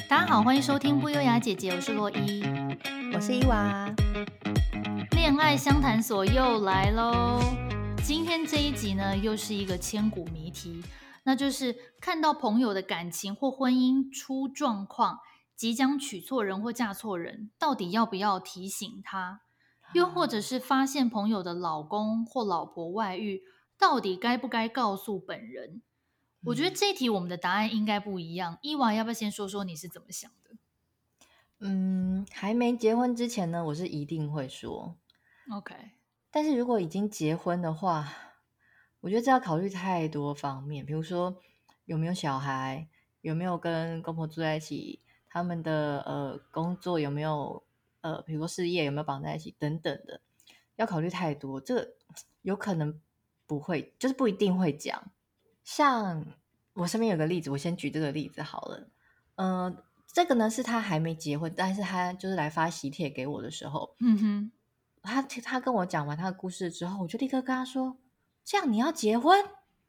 大家好，欢迎收听不优雅姐姐，我是洛伊， 我是伊娃。 恋爱相谈所又来咯。今天这一集呢，又是一个千古谜题，那就是看到朋友的感情或婚姻出状况，即将娶错人或嫁错人，到底要不要提醒他？又或者是发现朋友的老公或老婆外遇，到底该不该告诉本人？我觉得这一题我们的答案应该不一样。伊娃要不要先说说你是怎么想的？ 还没结婚之前呢，我是一定会说。 OK， 但是如果已经结婚的话，我觉得这要考虑太多方面，比如说有没有小孩，有没有跟公婆住在一起，他们的工作有没有比如说事业有没有绑在一起等等的，要考虑太多。这个有可能不会，就是不一定会讲。像我身边有个例子，我先举这个例子好了。这个呢是他还没结婚，但是他就是来发喜帖给我的时候，他跟我讲完他的故事之后，我就立刻跟他说：“这样你要结婚？”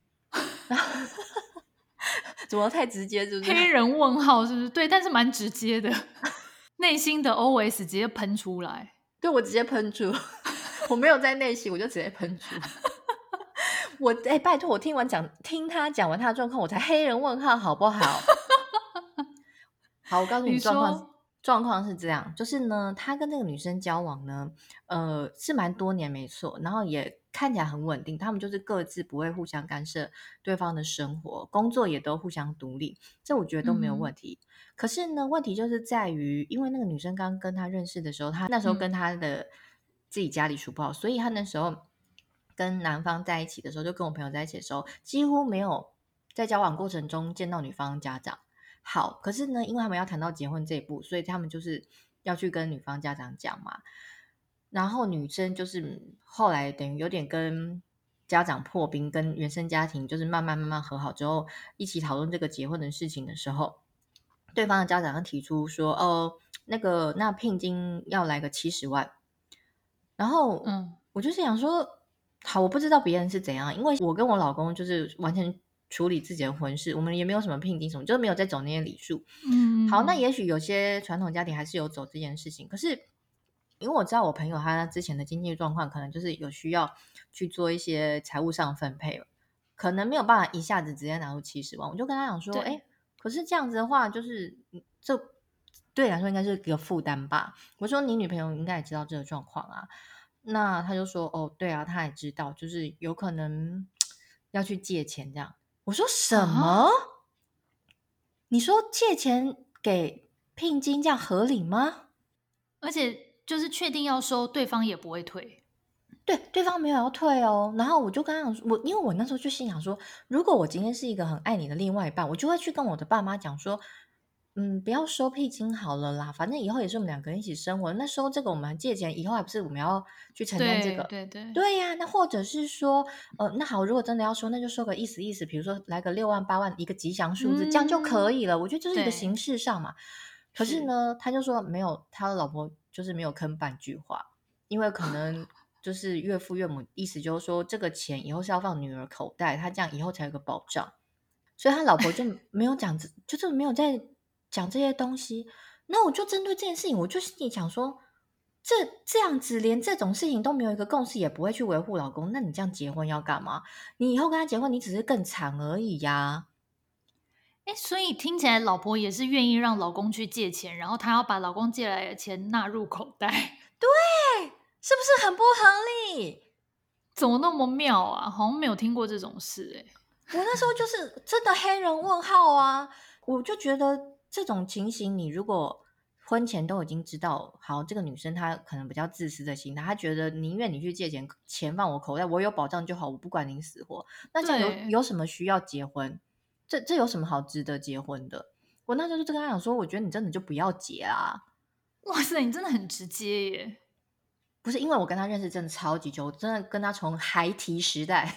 怎么太直接？是不是？ 黑人问号是不是？对，但是蛮直接的，内心的 OS 直接喷出来。 对，我直接喷出，我没有在内心，我就直接喷出。拜托，我听他讲完他的状况，我才黑人问号，好不好？好，我告诉你状况是这样，就是呢，他跟这个女生交往呢，是蛮多年没错，然后也看起来很稳定，他们就是各自不会互相干涉对方的生活，工作也都互相独立，这我觉得都没有问题。可是呢，问题就是在于，因为那个女生刚跟他认识的时候，他那时候跟他的自己家里处不好，所以他那时候跟男方在一起的时候，就跟我朋友在一起的时候，几乎没有在交往过程中见到女方家长。好，可是呢，因为他们要谈到结婚这一步，所以他们就是要去跟女方家长讲嘛。然后女生就是后来等于有点跟家长破冰，跟原生家庭就是慢慢和好之后，一起讨论这个结婚的事情的时候，对方的家长提出说：“哦，那聘金要来个70万。”然后我就是想说，好，我不知道别人是怎样，因为我跟我老公就是完全处理自己的婚事，我们也没有什么聘金什么，就是没有在走那些礼数。好，那也许有些传统家庭还是有走这件事情，可是因为我知道我朋友他之前的经济状况可能就是有需要去做一些财务上分配，可能没有办法一下子直接拿出70万，我就跟他讲说，可是这样子的话，就是这对你来说应该是一个负担吧。我说你女朋友应该也知道这个状况啊。那他就说，哦，对啊，他也知道，就是有可能要去借钱这样。我说什么？你说借钱给聘金这样合理吗？ 而且就是确定要收，对方也不会退。 对方没有要退哦。然后我就跟他讲，因为我那时候就心想说，如果我今天是一个很爱你的另外一半，我就会去跟我的爸妈讲说，不要收聘金好了啦，反正以后也是我们两个人一起生活，那收这个我们借钱，以后还不是我们要去承担这个？对呀，那或者是说，那好，如果真的要收，那就收个意思，比如说来个6万8万一个吉祥数字，这样就可以了。我觉得这是一个形式上嘛。可是呢，他就说没有，他的老婆就是没有吭半句话，因为可能就是岳父岳母意思就是说，这个钱以后是要放女儿口袋，他这样以后才有个保障。所以他老婆就没有讲，就是没有在讲这些东西。那我就针对这件事情，我就心里想说，这样子连这种事情都没有一个共识，也不会去维护老公，那你这样结婚要干嘛？你以后跟他结婚，你只是更惨而已呀。 所以听起来老婆也是愿意让老公去借钱，然后她要把老公借来的钱纳入口袋。 对，是不是很不合理？ 怎么那么妙啊？好像没有听过这种事我那时候就是真的黑人问号啊！我就觉得这种情形，你如果婚前都已经知道，好，这个女生她可能比较自私的心态，她觉得宁愿你去借钱，钱放我口袋，我有保障就好，我不管你死活。那这样有什么需要结婚？这有什么好值得结婚的？我那时候就跟他讲说，我觉得你真的就不要结啊！ 哇塞，你真的很直接耶！ 不是因为我跟他认识真的超级久，我真的跟他从孩提时代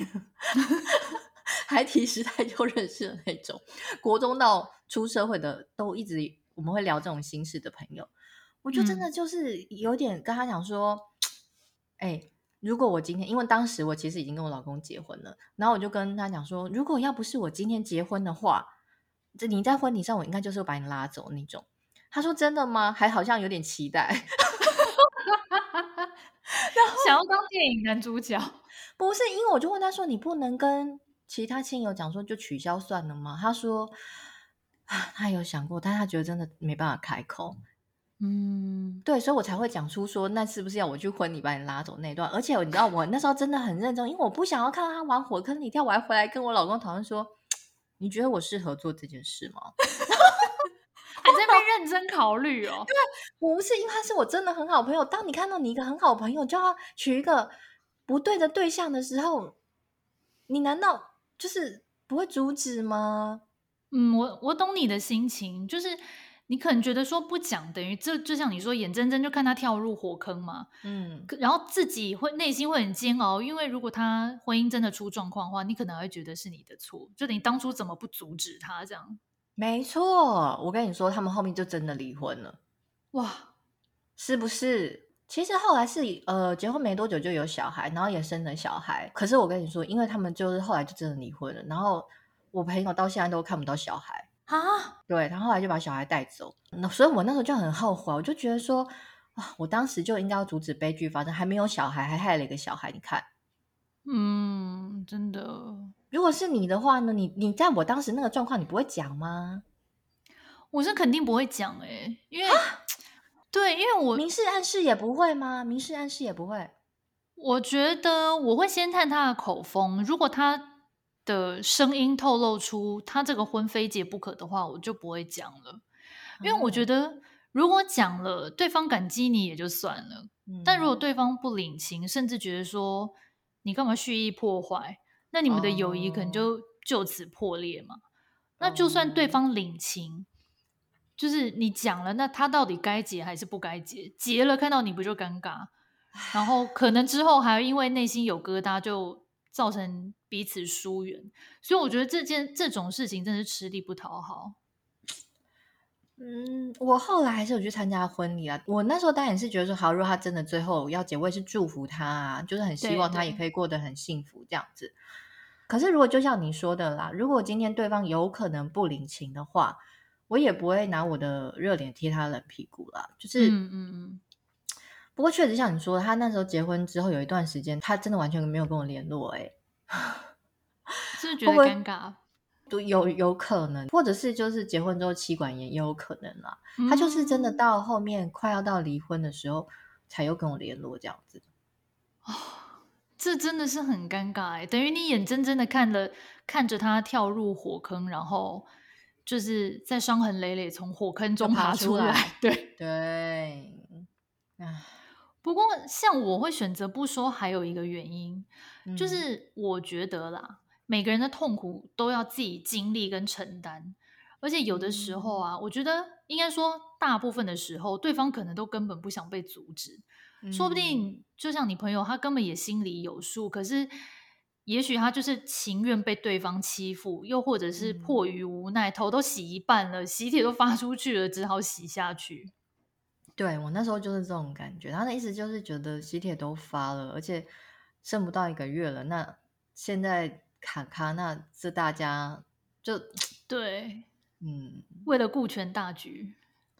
就认识的那种，国中到出社会的都一直我们会聊这种心事的朋友。我就真的就是有点跟他讲说，如果我今天，因为当时我其实已经跟我老公结婚了，然后我就跟他讲说，如果要不是我今天结婚的话，你在婚礼上我应该就是把你拉走那种。 他说真的吗？还好像有点期待。 想要当电影男主角。 不是，因为我就问他说：“你不能跟其他亲友讲说就取消算了吗？”他说：他有想过，但是他觉得真的没办法开口。 嗯， 对，所以我才会讲出说，那是不是要我去婚礼把你拉走那段？而且你知道，我那时候真的很认真，因为我不想要看到他往火坑里跳，我还回来跟我老公讨论说，你觉得我适合做这件事吗？ 还在那边认真考虑哦。 不是，因为他是我真的很好朋友。当你看到你一个很好朋友就要娶一个不对的对象的时候，你难道就是不会阻止吗？ 我懂你的心情，就是你可能觉得说不讲，等于这就像你说，眼睁睁就看他跳入火坑嘛。 嗯， 然后自己会内心会很煎熬，因为如果他婚姻真的出状况的话，你可能还会觉得是你的错，就你当初怎么不阻止他这样？ 没错。我跟你说，他们后面就真的离婚了。 哇， 是不是？其实后来是结婚没多久就有小孩，然后也生了小孩。可是我跟你说，因为他们就是后来就真的离婚了，然后我朋友到现在都看不到小孩。 啊， 对，他后来就把小孩带走。所以我那时候就很后悔，我就觉得说我当时就应该要阻止悲剧发生，还没有小孩，还害了一个小孩。你看， 真的， 如果是你的话呢？你在我当时那个状况，你不会讲吗？ 我是肯定不会讲因为对，因为明示暗示也不会吗？明示暗示也不会。 我觉得我会先探他的口风，如果他的声音透露出他这个婚非结不可的话，我就不会讲了。因为我觉哦， 得如果讲了，对方感激你也就算了，但如果嗯， 对方不领情，甚至觉得说你干嘛蓄意破坏，那你们的友谊可能哦， 就此破裂嘛。那就算对哦。 方领情，就是你讲了，那他到底该结还是不该结？结了看到你不就尴尬？然后可能之后还因为内心有疙瘩，就造成彼此疏远。所以我觉得这种事情真的是吃力不讨好。 我后来还是有去参加婚礼啊。我那时候当然是觉得说，好，如果他真的最后要结，我也是祝福他啊，就是很希望他也对对， 可以过得很幸福这样子。可是如果就像你说的啦，如果今天对方有可能不领情的话，我也不会拿我的热脸贴他冷屁股啦。就是， 嗯嗯嗯， 不过确实像你说的，他那时候结婚之后有一段时间，他真的完全没有跟我联络、 是不是觉得会不会尴尬？ 都有可能，或者是就是结婚之后妻管严也有可能啦。他就是真的嗯， 到后面快要到离婚的时候，才又跟我联络这样子。 这真的是很尴尬等于你眼睁睁的看着他跳入火坑，然后就是在伤痕累累从火坑中就爬爬出来。 出来， 对， 对，唉， 不过像我会选择不说，还有一个原因，就嗯是我觉得啦，每个人的痛苦都要自己经历跟承担，而且有的时候嗯啊，我觉得应该说大部分的时候，对方可能都根本不想被阻止，说不嗯定就像你朋友，他根本也心里有数，可是也许他就是情愿被对方欺负，又或者是嗯， 迫于无奈，头都洗一半了，喜帖都发出去了，只好洗下去。 对，我那时候就是这种感觉。他的意思就是觉得喜帖都发了，而且剩不到1个月了，那现在卡卡，那这大家就对， 嗯。 为了顾全大局。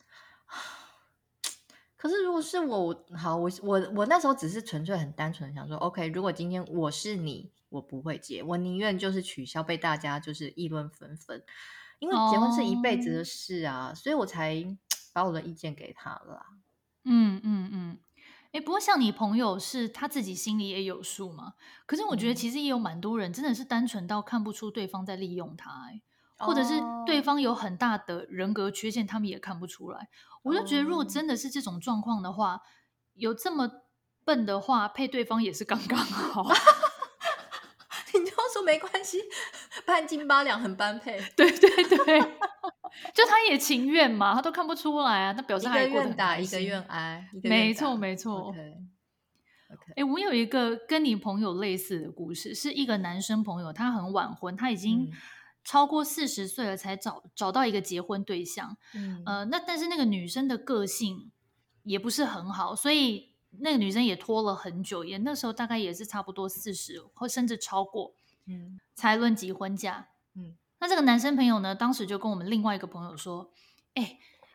可是如果是我，好，我那时候只是纯粹很单纯的想说，OK，如果今天我是你，我不会结，我宁愿就是取消，被大家就是议论纷纷，因为结婚是一辈子哦， 的事啊，所以我才把我的意见给他了啦。 嗯嗯嗯，不过像你朋友是他自己心里也有数嘛？可是我觉得嗯， 其实也有蛮多人真的是单纯到看不出对方在利用他或者是对哦方有很大的人格缺陷，他们也看不出来。我就觉得如果哦， 真的是这种状况的话，有这么笨的话，配对方也是刚刚好。 你就说没关系，半斤八两很般配， 对对对，就他也情愿嘛，他都看不出来啊，那表示一个他也过得很愿打，一个愿开心。 挨，一个愿没错打没错。 ，OK OK， 我有一个跟你朋友类似的故事，是一个男生朋友，他很晚婚，他已经嗯超过40岁了，才找到一个结婚对象。 嗯那但是那个女生的个性也不是很好，所以那个女生也拖了很久，也那时候大概也是差不多40或甚至超过嗯才论及婚嫁。 嗯那这个男生朋友呢，当时就跟我们另外一个朋友说：“哎、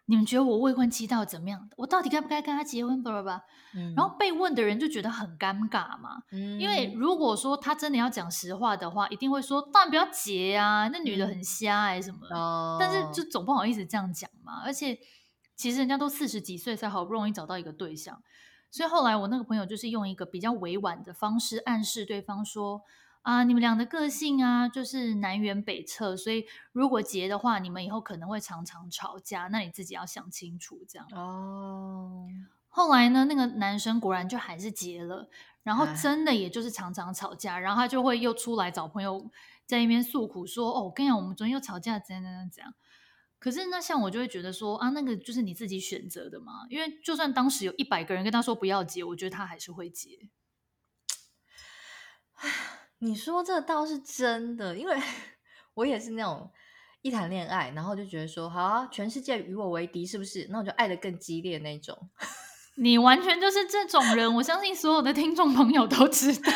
你们觉得我未婚妻到底怎么样？我到底该不该跟他结婚？吧吧吧。然后被问的人就觉得很尴尬嘛。因为如果说他真的要讲实话的话，一定会说当然不要结啊，那女的很瞎什么。但是就总不好意思这样讲嘛。而且其实人家都40几岁才好不容易找到一个对象，所以后来我那个朋友就是用一个比较委婉的方式暗示对方说啊，你们俩的个性啊，就是南辕北辙，所以如果结的话，你们以后可能会常常吵架，那你自己要想清楚这样。后来呢，那个男生果然就还是结了，然后真的也就是常常吵架，然后他就会又出来找朋友在那边诉苦说，哦，我跟你讲，我们昨天又吵架，怎样怎样怎样。可是那像我就会觉得说啊，那个就是你自己选择的嘛，因为就算当时有100个人跟他说不要结，我觉得他还是会结。 你说这倒是真的，因为我也是那种一谈恋爱，然后就觉得说好啊，全世界与我为敌，是不是？那我就爱得更激烈那种。 你完全就是这种人，我相信所有的听众朋友都知道，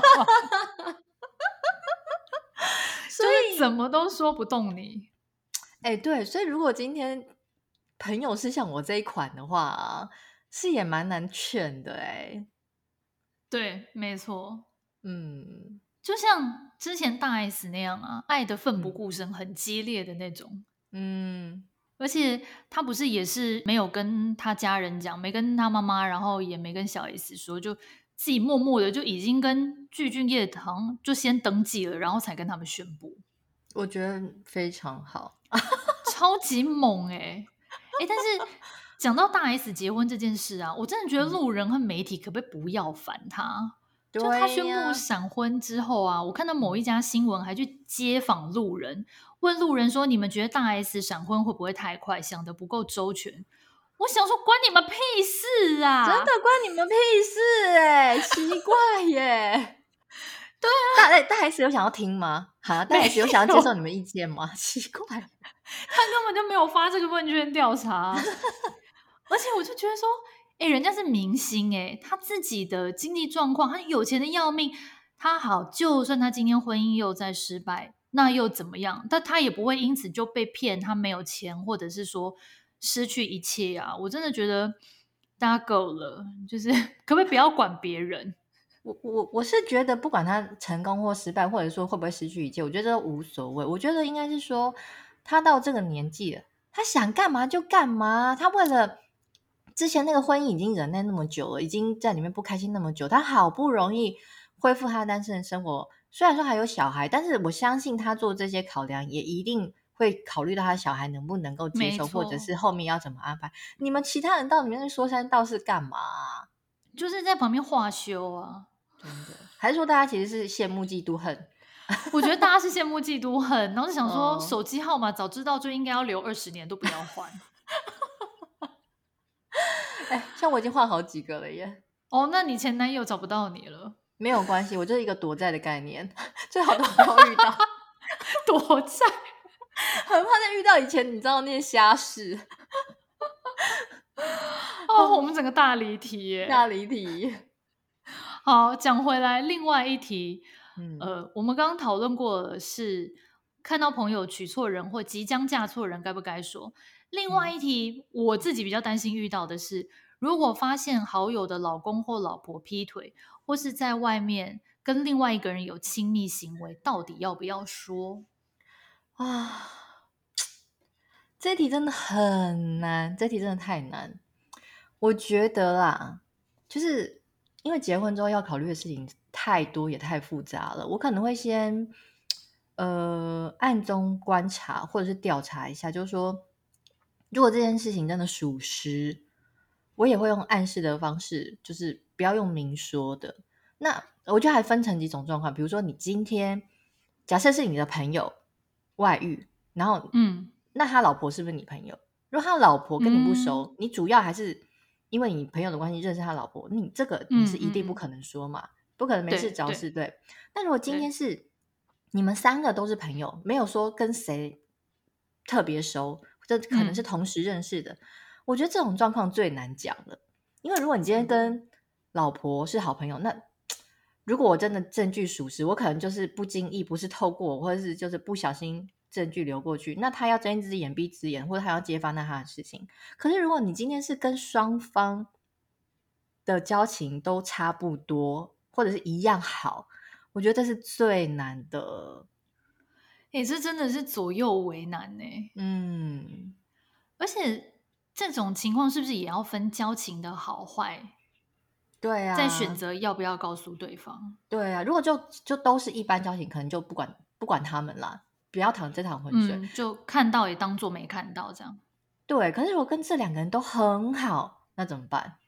就是怎么都说不动你。 对，所以如果今天朋友是像我这一款的话，是也蛮难劝的对，没错。就像之前大 S 那样啊，爱的奋不顾身，很激烈的那种。而且他不是也是没有跟他家人讲，没跟他妈妈，然后也没跟小 S 说，就自己默默的就已经跟具俊晔好像就先登记了，然后才跟他们宣布。 我觉得非常好， 超级猛但是讲到大 S 结婚这件事啊，我真的觉得路人和媒体可不可以不要烦他？就他宣布闪婚之后啊，我看到某一家新闻还去街访路人，问路人说：“你们觉得大 S 闪婚会不会太快，想得不够周全？”我想说，关你们屁事啊！ 真的关你们屁事奇怪耶。对啊，大 S 有想要听吗？大 S 有想要接受你们意见吗？奇怪，他根本就没有发这个问卷调查，而且我就觉得说，人家是明星他自己的经济状况，他有钱的要命，他好，就算他今天婚姻又再失败，那又怎么样？但他也不会因此就被骗，他没有钱，或者是说失去一切啊！我真的觉得大家够了，就是可不可以不要管别人？ 我是觉得不管他成功或失败，或者说会不会失去一切，我觉得无所谓。我觉得应该是说，他到这个年纪了，他想干嘛就干嘛。他为了之前那个婚姻已经忍耐那么久了，已经在里面不开心那么久，他好不容易恢复他单身的生活。虽然说还有小孩，但是我相信他做这些考量，也一定会考虑到他小孩能不能够接受，或者是后面要怎么安排。你们其他人到里面说三道四干嘛就是在旁边画休啊。 真的，还是说大家其实是羡慕嫉妒恨？ 我觉得大家是羡慕嫉妒恨，然后就想说手机号码早知道就应该要留20年都不要换。 像我已经换好几个了耶。 那你前男友找不到你了？ 没有关系，我就是一个躲在的概念，最好都不要遇到。 躲在， 很怕再遇到以前你知道那些瞎事。 我们整个大离题耶， 大离题。 好，讲回来，另外一题，我们刚刚讨论过的是看到朋友娶错人或即将嫁错人该不该说。另外一题，我自己比较担心遇到的是，如果发现好友的老公或老婆劈腿，或是在外面跟另外一个人有亲密行为，到底要不要说啊？这题真的很难，这题真的太难。我觉得啦，就是因为结婚之后要考虑的事情太多也太复杂了，我可能会先暗中观察或者是调查一下，就是说如果这件事情真的属实，我也会用暗示的方式，就是不要用明说的。那我觉得还分成几种状况，比如说你今天假设是你的朋友外遇，然后那他老婆是不是你朋友？如果他老婆跟你不熟，你主要还是因为你朋友的关系认识他老婆，你这个你是一定不可能说嘛，不可能没事找事。对。但如果今天是你们3个都是朋友，没有说跟谁特别熟，这可能是同时认识的，我觉得这种状况最难讲了。因为如果你今天跟老婆是好朋友，那如果我真的证据属实，我可能就是不经意，不是透过我，或者是就是不小心证据流过去，那他要睁一只眼闭一只眼，或者他要揭发那他的事情。可是如果你今天是跟双方的交情都差不多，或者是一样好，我觉得这是最难的。 这真的是左右为难呢。而且这种情况是不是也要分交情的好坏？ 对啊， 再选择要不要告诉对方。 对啊，如果就都是一般交情，可能就不管他们啦，不要淌这趟浑水。 就看到也当做没看到这样。 对，可是如果跟这2个人都很好，那怎么办？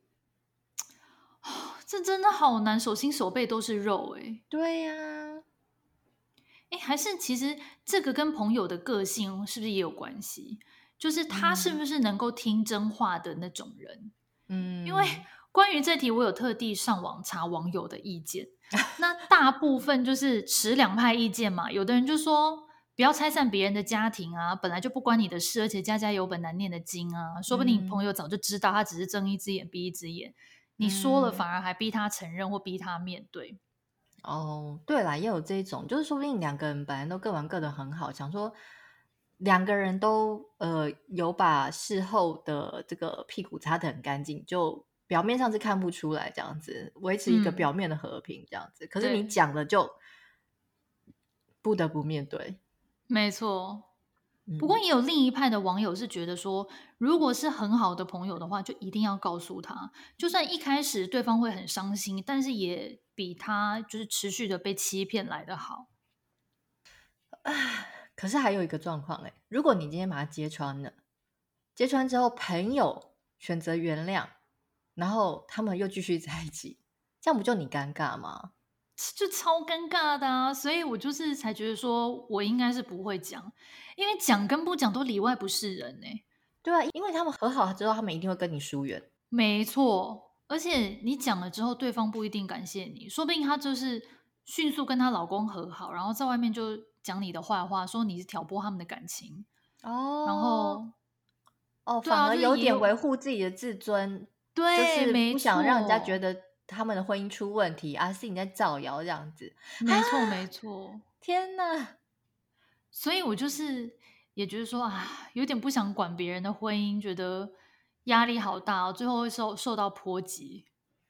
这真的好难，手心手背都是肉对呀。 还是其实这个跟朋友的个性是不是也有关系？就是他是不是能够听真话的那种人？因为关于这题，我有特地上网查网友的意见。那大部分就是持两派意见嘛。有的人就说不要拆散别人的家庭啊，本来就不关你的事，而且家家有本难念的经啊，说不定你朋友早就知道，他只是睁一只眼闭一只眼，你说了反而还逼他承认或逼他面对。 对啦，也有这种，就是说不定2个人本来都各玩各的很好，想说2个人都有把事后的这个屁股擦得很干净，就表面上是看不出来，这样子维持一个表面的和平这样子。可是你讲了就不得不面对。 没错。不过也有另一派的网友是觉得说，如果是很好的朋友的话，就一定要告诉他，就算一开始对方会很伤心，但是也比他就是持续的被欺骗来得好。 可是还有一个状况如果你今天把他揭穿了，揭穿之后朋友选择原谅，然后他们又继续在一起，这样不就你尴尬吗？ 就超尴尬的啊！所以我就是才觉得说我应该是不会讲，因为讲跟不讲都里外不是人对啊，因为他们和好之后，他们一定会跟你疏远。 没错，而且你讲了之后，对方不一定感谢你，说不定她就是迅速跟她老公和好，然后在外面就讲你的坏话，说你是挑拨他们的感情。然后对啊， 反而有点就是也有维护自己的自尊，就对， 是没不想让人家觉错， 得他们的婚姻出问题啊，是你在造谣这样子。 没错，没错。 天哪！ 所以我就是也觉得说有点不想管别人的婚姻，觉得压力好大哦，最后会受到波及。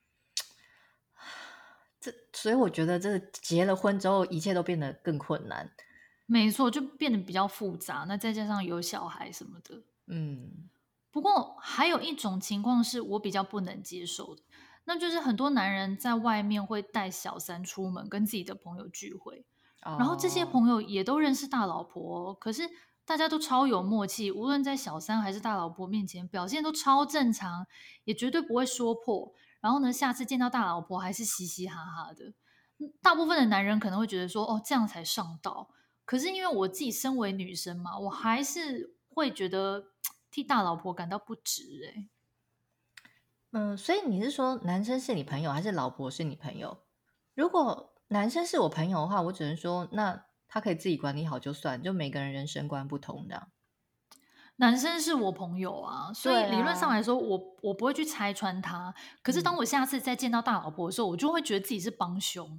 所以我觉得这结了婚之后，一切都变得更困难。 没错，就变得比较复杂。那再加上有小孩什么的，不过还有一种情况是我比较不能接受的，那就是很多男人在外面会带小三出门，跟自己的朋友聚会，然后这些朋友也都认识大老婆可是大家都超有默契，无论在小三还是大老婆面前表现都超正常，也绝对不会说破。然后呢，下次见到大老婆还是嘻嘻哈哈的。大部分的男人可能会觉得说，这样才上道。可是因为我自己身为女生嘛，我还是会觉得替大老婆感到不值所以你是说男生是你朋友，还是老婆是你朋友？如果男生是我朋友的话，我只能说，那他可以自己管理好就算，就每个人人生观不同的。 男生是我朋友啊，所以理论上来说，我不会去拆穿他。可是当我下次再见到大老婆的时候，我就会觉得自己是帮凶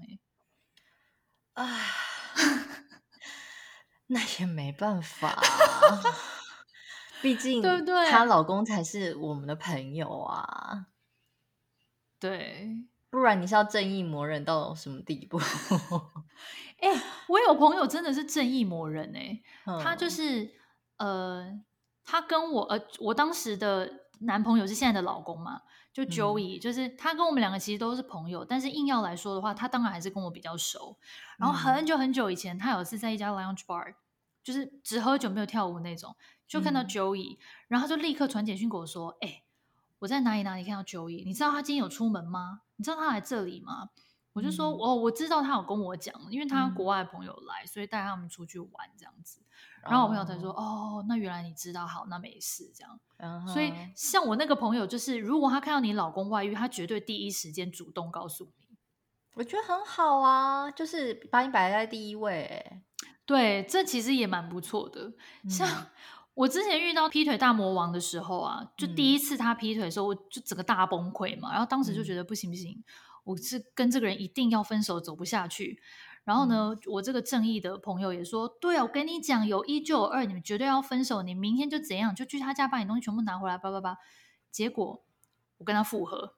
那也没办法，毕竟对不对？ 她老公才是我们的朋友啊。 对， 不然你是要正义魔人到什么地步？ 我有朋友真的是正义魔人他就是他跟我当时的男朋友是现在的老公嘛，就 Joey，就是他跟我们2个其实都是朋友，但是硬要来说的话，他当然还是跟我比较熟。然后很久很久以前，他有次在一家 lounge bar， 就是只喝酒没有跳舞那种，就看到 Joey，然后他就立刻传简讯给我说：“我在哪里哪里看到 Joey， 你知道他今天有出门吗？你知道他来这里吗？”我就说我知道他有跟我讲，因为他国外的朋友来，所以带他们出去玩这样子。然后我朋友才说那原来你知道，好，那没事这样。所以像我那个朋友，就是如果他看到你老公外遇，他绝对第一时间主动告诉你。 我觉得很好啊，就是把你摆在第一位对，这其实也蛮不错的。像我之前遇到劈腿大魔王的时候啊，就第一次他劈腿的时候，我就整个大崩溃嘛。然后当时就觉得不行不行，我是跟这个人一定要分手，走不下去。 然后呢，我这个正义的朋友也说，对啊，我跟你讲，有一就有二，你们绝对要分手，你明天就怎样，就去他家把你东西全部拿回来，叭叭叭。结果我跟他复合。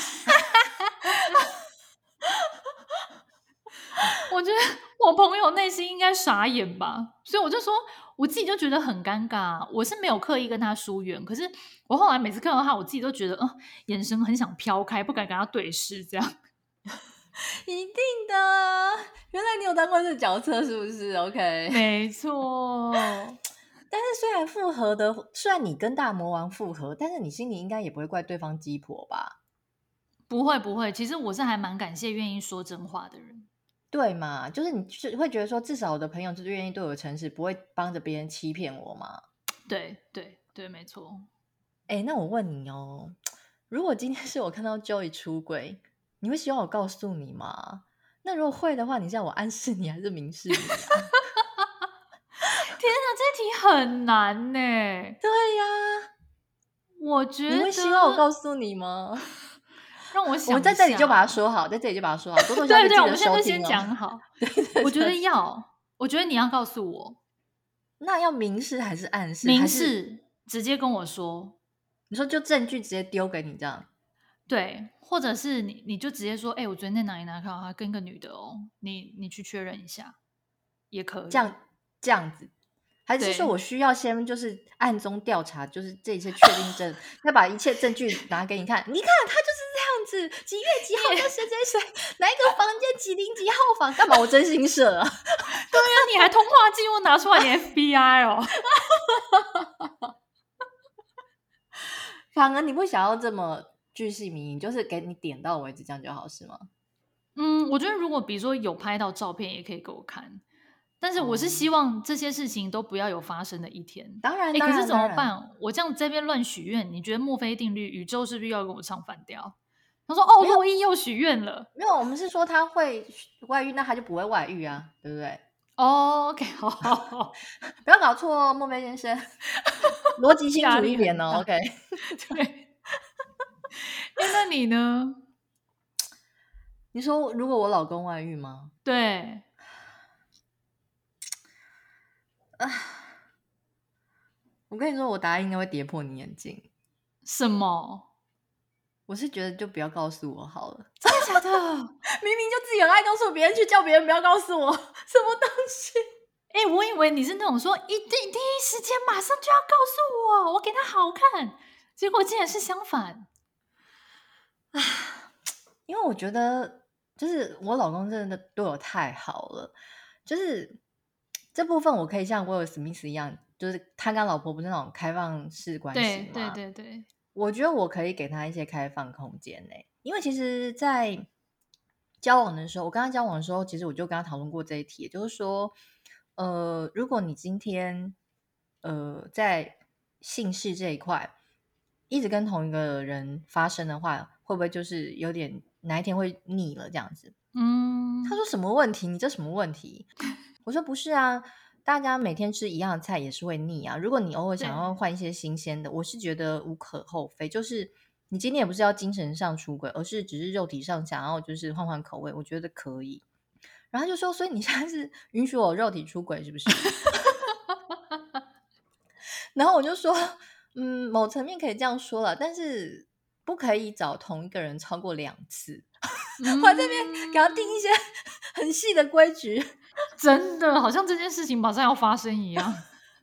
我觉得我朋友内心应该傻眼吧，所以我就说我自己就觉得很尴尬。我是没有刻意跟他疏远，可是我后来每次看到他，我自己都觉得，眼神很想飘开，不敢跟他对视，这样。 一定的，原来你有当过这个角色是不是 ？OK， 没错。 但是虽然复合的，虽然你跟大魔王复合，但是你心里应该也不会怪对方鸡婆吧？ 不会不会，其实我是还蛮感谢愿意说真话的人。 对嘛，就是你会觉得说，至少我的朋友就是愿意对我诚实，不会帮着别人欺骗我嘛。 对对对，没错。 那我问你哦，如果今天是我看到 Joey 出轨，你会希望我告诉你吗？那如果会的话，你是要我暗示你还是明示你啊？ 天哪，这题很难呢。 对呀， 我觉得你会希望我告诉你吗？ 让我想一下， 我们在这里就把它说好，在这里就把它说好。多多对对，我我们现在就先讲好。我觉得我觉得你要告诉我， 那要明示还是暗示？ 明示，直接跟我说。 你说就证据直接丢给你这样？ 对，或者是你就直接说，我昨天在哪里看到他跟一个女的哦，你去确认一下，也可以。 这样子，还是说我需要先就是暗中调查，就是这一切确定证，要把一切证据拿给你看。你看他就是这样子，几月几号跟谁谁谁，哪一个房间几零几号房？干嘛？我真心社啊！ 对啊，你还通话记录拿出来，你 FBI 哦。 反而你不想要这么巨细靡遗，就是给你点到为止，这样就好是吗？ 我觉得如果比如说有拍到照片，也可以给我看。但是我是希望这些事情都不要有发生的一天。 当然， 可是怎么办？我这样这边乱许愿，你觉得墨菲定律，宇宙是不是要跟我唱反调？他说：“哦，洛伊又许愿了。” 没有，我们是说他会外遇，那他就不会外遇啊，对不对 ？OK， 好， 不要搞错哦，墨菲先生，逻辑清楚一点哦。OK， 对。那你呢？ 你说如果我老公外遇吗？ 对。 我跟你说，我答案应该会跌破你眼镜。 什么？ 我是觉得就不要告诉我好了。 真的假的？ 明明就自己很爱告诉别人，去叫别人不要告诉我，什么东西？ 我以为你是那种说第一时间马上就要告诉我，我给他好看，结果竟然是相反。 因为我觉得就是我老公真的对我太好了，就是这部分我可以像威尔史密斯一样，就是他跟老婆不是那种开放式关系吗？ 对， 我觉得我可以给他一些开放空间因为其实在交往的时候，我跟他交往的时候，其实我就跟他讨论过这一题，也就是说如果你今天在性事这一块一直跟同一个人发生的话，会不会就是有点哪一天会腻了这样子？他说什么问题？你这什么问题？我说不是啊，大家每天吃一样的菜也是会腻啊。如果你偶尔想要换一些新鲜的，我是觉得无可厚非。就是你今天也不是要精神上出轨，而是只是肉体上想要就是换换口味，我觉得可以。然后他就说，所以你现在是允许我肉体出轨是不是？然后我就说，某层面可以这样说了，但是不可以找同一个人超过2次。我在这边给他定一些很细的规矩， 真的好像这件事情马上要发生一样。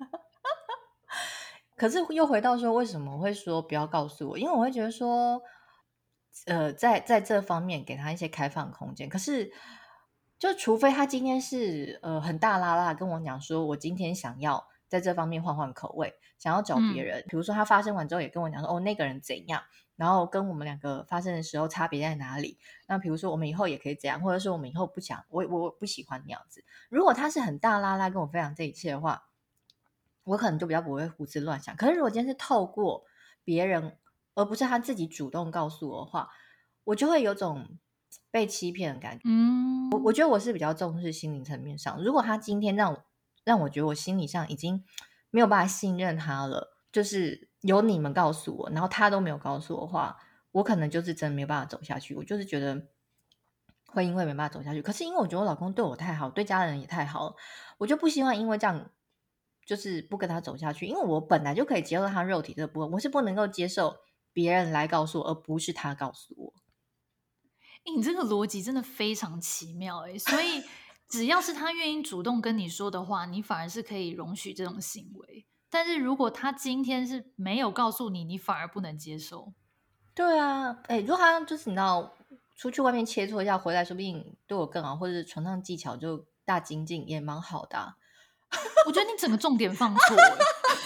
可是又回到说，为什么我会说不要告诉我？因为我会觉得说，在这方面给他一些开放空间。可是，就除非他今天是很大拉拉跟我讲说，我今天想要在这方面换换口味，想要找别人。比如说他发生完之后也跟我讲说，哦，那个人怎样，然后跟我们两个发生的时候差别在哪里？那比如说我们以后也可以这样，或者是我们以后不想，我不喜欢那样子。如果他是很大拉拉跟我分享这一切的话，我可能就比较不会胡思乱想。可是如果今天是透过别人，而不是他自己主动告诉我的话，我就会有种被欺骗的感觉。我觉得我是比较重视心灵层面上。如果他今天让我觉得我心理上已经没有办法信任他了，就是有你们告诉我，然后他都没有告诉我的话，我可能就是真的没有办法走下去。我就是觉得婚姻会没办法走下去。可是因为我觉得我老公对我太好，对家人也太好了，我就不希望因为这样就是不跟他走下去。因为我本来就可以接受他肉体这部分，我是不能够接受别人来告诉我，而不是他告诉我。 你这个逻辑真的非常奇妙所以只要是他愿意主动跟你说的话，你反而是可以容许这种行为。但是如果他今天是没有告诉你，你反而不能接受。 对啊，如果他就是你知道出去外面切磋一下，回来说不定对我更好，或者是床上技巧就大精进，也蛮好的啊。 我觉得你整个重点放错了。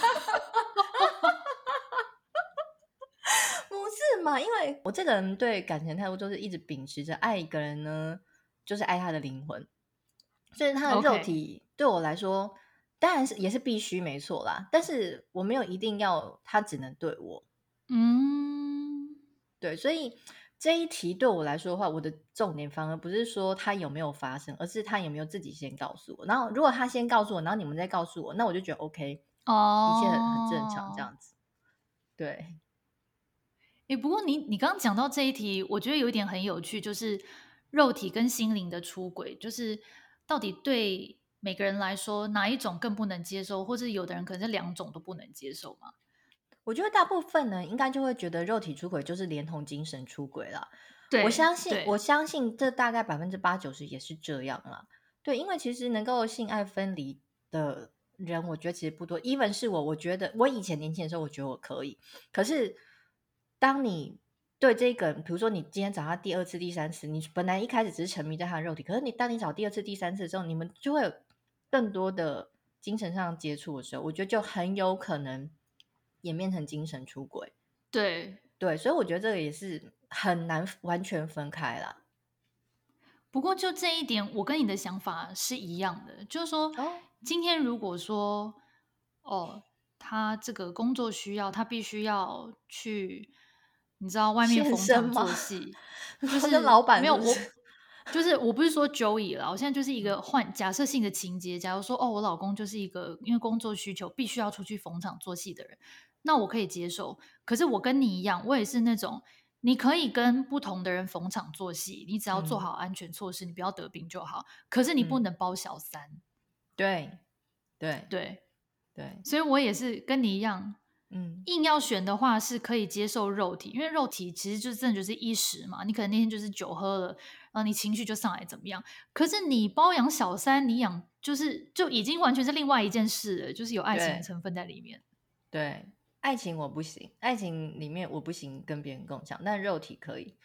不是嘛？因为我这个人对感情态度就是一直秉持着爱一个人呢，就是爱他的灵魂，所以他的肉 OK， 体对我来说，当然是也是必须没错啦。但是我没有一定要他只能对我， 嗯， 对，所以这一题对我来说的话，我的重点反而不是说他有没有发生，而是他有没有自己先告诉我。然后如果他先告诉我，然后你们再告诉我，那我就觉得 OK，一切很正常这哦， 样子。对， 不过你刚刚讲到这一题，我觉得有一点很有趣，就是肉体跟心灵的出轨，就是到底对每个人来说哪一种更不能接受，或是有的人可能是两种都不能接受嘛？ 我觉得大部分呢，应该就会觉得肉体出轨就是连同精神出轨啦。我对相信，我对， 相信这大概80%-90%也是这样啦。对，因为其实能够性爱分离的人，我觉得其实不多。even 是我，我觉得我以前年轻的时候，我觉得我可以。可是当你对这个，比如说你今天找他第二次、第三次，你本来一开始只是沉迷在他的肉体，可是当你找第二次、第三次之后，你们就会有更多的精神上接触的时候，我觉得就很有可能演变成精神出轨。 对， 对，所以我觉得这个也是很难完全分开啦。 不过就这一点，我跟你的想法是一样的，就是说， 哦， 今天如果说，哦，他这个工作需要，他必须要去，你知道外面现身吗？ 逢场作戏，就然后跟老是没有板是不是？ 我，就是我不是说 Joey 了，我现在就是一嗯个假设性的情节，假如说，哦，我老公就是一个因为工作需求必须要出去逢场作戏的人，那我可以接受。可是我跟你一样，我也是那种。你可以跟不同的人逢场作戏，你只要做嗯好安全措施，你不要得病就好。可是你不嗯， 能包小三， 对对对。 对， 所以我也是跟你一样， 嗯硬要选的话是可以接受肉体，因为肉体其实就真的就是一时嘛。你可能那天就是酒喝了，你情绪就上来怎么样？可是你包养小三，你养就已经完全是另外一件事了，就是有爱情的对成分在里面。 对，爱情我不行，爱情里面我不行跟别人共享，但肉体可以。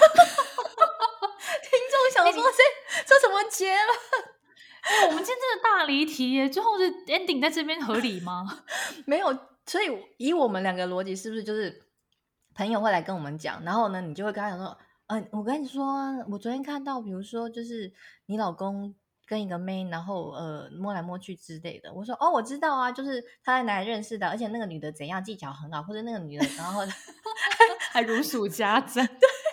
听众想说这怎么结了？ 我们今天真的大离题耶，最后的 ending 在这边合理吗？ 没有，所以以我们两个逻辑，是不是就是朋友会来跟我们讲，然后呢，你就会跟他讲说，我跟你说啊，我昨天看到，比如说就是你老公跟一个妹，然后摸来摸去之类的。我说哦，我知道啊，就是他在哪里认识的，而且那个女的怎样技巧很好，或者那个女的，然后还如数家珍。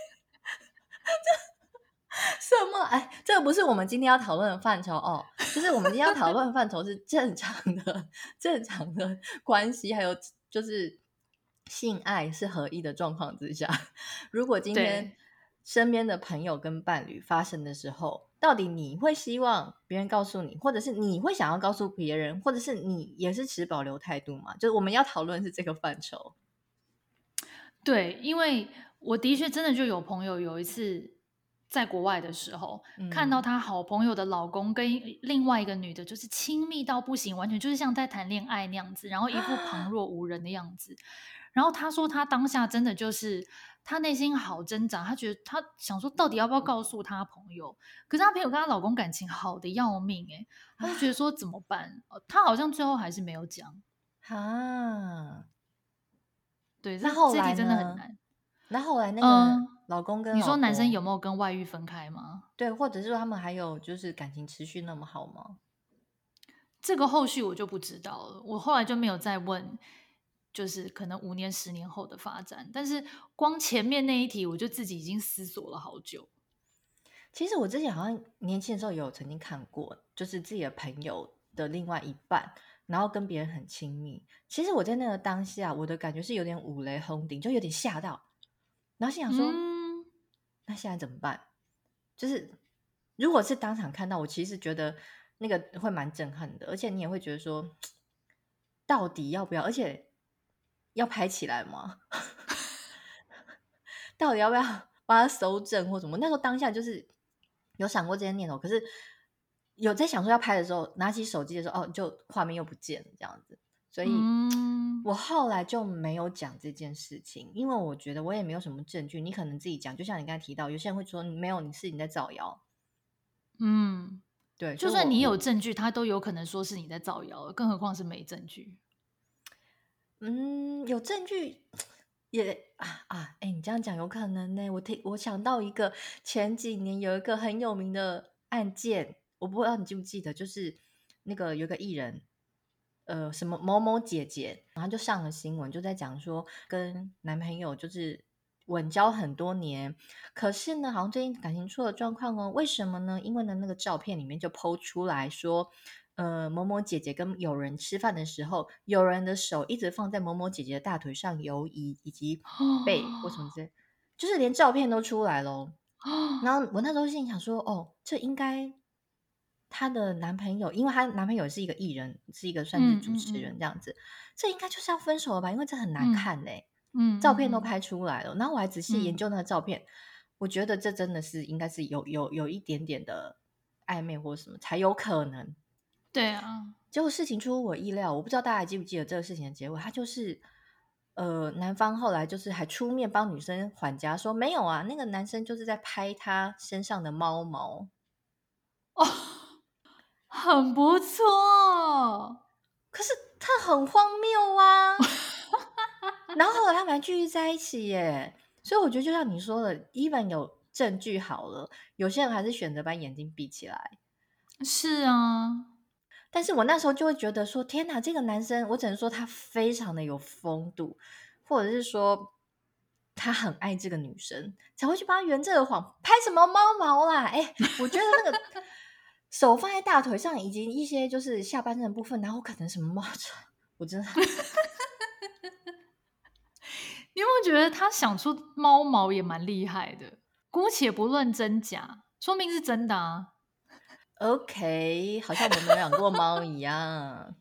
什么？这个不是我们今天要讨论的范畴哦，就是我们今天要讨论的范畴是正常的、正常的关系，还有就是性爱是合一的状况之下，如果今天对， 身边的朋友跟伴侣发生的时候，到底你会希望别人告诉你，或者是你会想要告诉别人，或者是你也是持保留态度吗？就是我们要讨论是这个范畴。 对，因为我的确真的就有朋友有一次在国外的时候，看到嗯， 他好朋友的老公跟另外一个女的，就是亲密到不行，完全就是像在谈恋爱那样子，然后一副旁若无人的样子。然后他说他当下真的就是他内心好挣扎，他觉得他想说到底要不要告诉他朋友，可是他朋友跟她老公感情好的要命他就觉得说怎么办？他好像最后还是没有讲。 哈， 对， 那后来这题真的很呢？ 难。 那后来那个嗯， 老公跟你说男生老婆， 有没有跟外遇分开吗？ 对，或者是说他们还有就是感情持续那么好吗？ 这个后续我就不知道了，我后来就没有再问，就是可能5年、10年后的发展。但是光前面那一题，我就自己已经思索了好久。 其实我之前好像年轻的时候有曾经看过，就是自己的朋友的另外一半，然后跟别人很亲密。其实我在那个当下，我的感觉是有点五雷轰顶，就有点吓到，然后心想说， 嗯， 那现在怎么办？ 就是如果是当场看到，我其实觉得那个会蛮震撼的，而且你也会觉得说，到底要不要，而且要拍起来吗？到底要不要把它搜证或什么？那时候当下就是有想过这些念头，可是有在想说要拍的时候，拿起手机的时候，就画面又不见了这样子，所以我后来就没有讲这件事情，因为我觉得我也没有什么证据，你可能自己讲，就像你刚才提到，有些人会说没有，你在造谣，对， 就所以算你有证据，他都有可能说是你在造谣，更何况是没证据。 有证据也你这样讲有可能呢。我想到一个前几年有一个很有名的案件，我不知道你记不记得，就是那个有个艺人，什么某某姐姐，然后就上了新闻，就在讲说跟男朋友就是稳交很多年，可是呢，好像最近感情出了状况哦。为什么呢？因为呢，那个照片里面就po出来说，某某姐姐跟友人吃饭的时候，友人的手一直放在某某姐姐的大腿上游移，以及背或什么之类，就是连照片都出来咯。然后我那时候心里想说，哦，这应该她的男朋友，因为她男朋友是一个艺人，是一个算是主持人这样子，这应该就是要分手了吧？因为这很难看嘞，照片都拍出来了。然后我还仔细研究那个照片，我觉得这真的是应该是有一点点的暧昧或什么才有可能。 对啊， 结果事情出乎我意料，我不知道大家还记不记得这个事情的结果，他就是男方后来就是还出面帮女生缓颊，说没有啊，那个男生就是在拍他身上的猫毛。 很不错。 可是他很荒谬啊。然后后来他们还继续在一起耶，所以我觉得就像你说的 even 有证据好了，有些人还是选择把眼睛闭起来。 是啊， 但是我那时候就会觉得说，天哪，这个男生，我只能说他非常的有风度，或者是说他很爱这个女生，才会去帮他圆这个谎。拍什么猫毛啦？我觉得那个手放在大腿上，以及一些就是下半身的部分，然后可能什么猫，我真的你有没有觉得他想出猫毛也蛮厉害的？姑且不论真假，说明是真的啊。 OK，好像我们没有养过猫一样。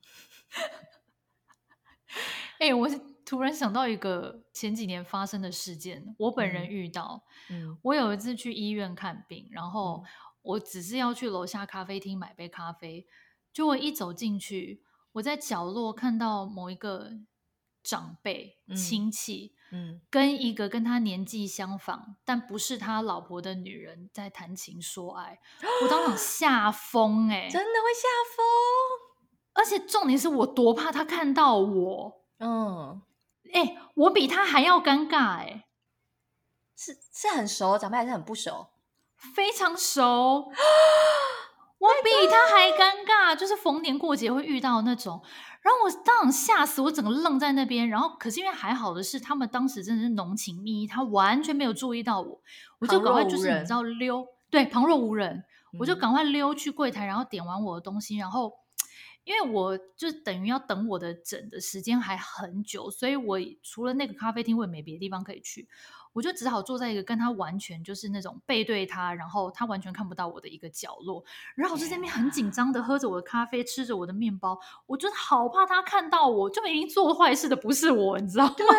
我突然想到一个前几年发生的事件，我本人遇到。我有一次去医院看病，然后我只是要去楼下咖啡厅买杯咖啡，就我一走进去，我在角落看到某一个长辈亲戚，跟一个跟他年纪相仿但不是他老婆的女人在谈情说爱，我当场吓疯真的会吓疯。 而且重点是我多怕他看到我，我比他还要尴尬是很熟长辈还是很不熟？ 非常熟。我比他还尴尬，就是逢年过节会遇到那种。然后我当场吓死，我整个愣在那边。然后可是因为还好的是，他们当时真的是浓情蜜意，他完全没有注意到我，我就赶快就是你知道溜，对，旁若无人，我就赶快溜去柜台，然后点完我的东西，然后因为我就等于要等我的诊的时间还很久，所以我除了那个咖啡厅，我也没别的地方可以去。我就只好坐在一个跟他完全就是那种背对他，然后他完全看不到我的一个角落，然后我就在那边很紧张的喝着我的咖啡，吃着我的面包，我就好怕他看到我，就明明做坏事的不是我，你知道吗？ 对。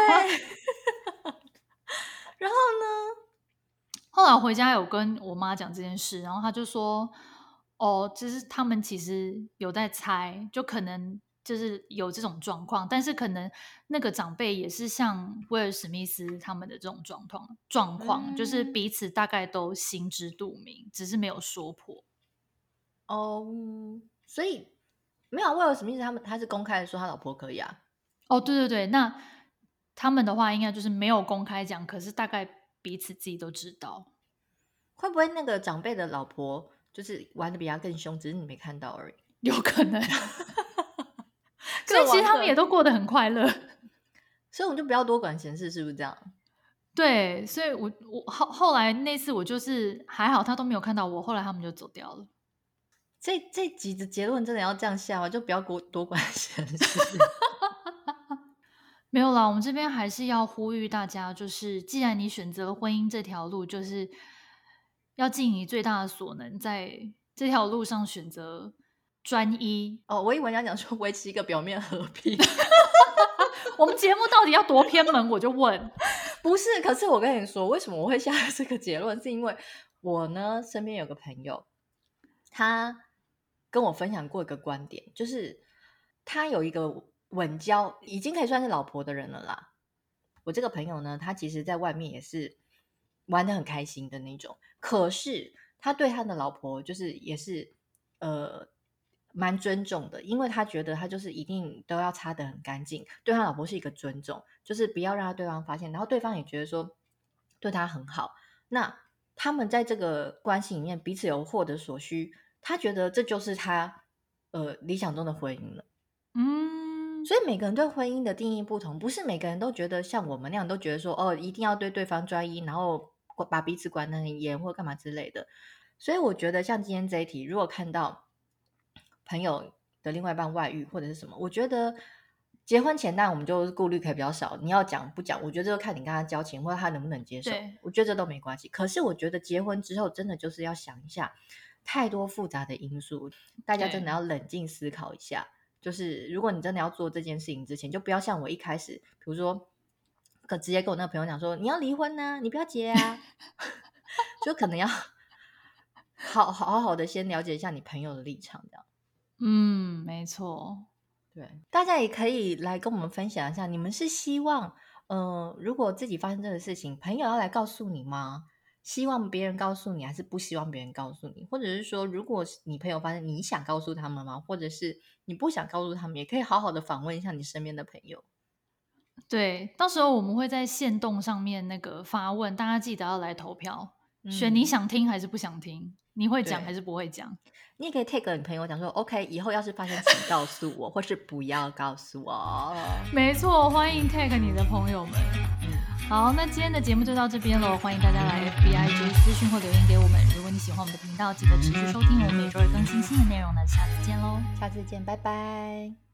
然后呢？ 后来我回家有跟我妈讲这件事，然后她就说：“哦，就是他们其实有在猜，就可能就是有这种状况，但是可能那个长辈也是像威尔史密斯他们的这种状况，就是彼此大概都心知肚明，只是没有说破。” 所以没有威尔史密斯他是公开的说他老婆可以啊。 对对对，那他们的话应该就是没有公开讲，可是大概彼此自己都知道。 会不会那个长辈的老婆就是玩的比他更凶，只是你没看到而已？ 有可能。所以其实他们也都过得很快乐。 所以我们就不要多管闲事，是不是这样？ 对，所以我后来那次我就是还好他都没有看到我，后来他们就走掉了。 这集的结论真的要这样下吗？就不要多管闲事。 没有啦，我们这边还是要呼吁大家，就是既然你选择婚姻这条路，就是要尽你最大的所能，在这条路上选择专一。 哦，我以为你要讲说维持一个表面和平。 我们节目到底要多偏门？我就问。 不是，可是我跟你说，为什么我会下这个结论，是因为我呢身边有个朋友，他跟我分享过一个观点，就是他有一个稳交已经可以算是老婆的人了啦。我这个朋友呢，他其实在外面也是玩得很开心的那种，可是他对他的老婆就是也是蛮尊重的，因为他觉得他就是一定都要擦得很干净，对他老婆是一个尊重，就是不要让对方发现，然后对方也觉得说对他很好。那他们在这个关系里面彼此有获得所需，他觉得这就是他理想中的婚姻了。所以每个人对婚姻的定义不同，不是每个人都觉得像我们那样都觉得说哦，一定要对对方专一，然后把彼此管得很严或干嘛之类的。所以我觉得像今天这一题，如果看到朋友的另外一半外遇或者是什么，我觉得结婚前当然我们就顾虑可以比较少，你要讲不讲，我觉得就看你跟他交情或者他能不能接受，我觉得这都没关系。可是我觉得结婚之后真的就是要想一下，太多复杂的因素，大家真的要冷静思考一下。就是如果你真的要做这件事情之前，就不要像我一开始比如说直接跟我那个朋友讲说你要离婚啊，你不要结啊。就可能要好好的先了解一下你朋友的立场这样。 没错。 对，大家也可以来跟我们分享一下，你们是希望如果自己发生这个事情，朋友要来告诉你吗？希望别人告诉你，还是不希望别人告诉你？或者是说如果你朋友发生，你想告诉他们吗？或者是你不想告诉他们，也可以好好的访问一下你身边的朋友。 对，到时候我们会在限动上面那个发问，大家记得要来投票，选你想听还是不想听，你会讲还是不会讲。 你也可以 tag 你朋友讲说 OK 以后要是发生请告诉我，或是不要告诉我。 没错，欢迎 tag 你的朋友们。好，那今天的节目就到这边咯，欢迎大家来 FBIG 私讯或留言给我们。如果你喜欢我们的频道，记得持续收听，我们每周日更新新的内容。那下次见咯， 下次见，拜拜。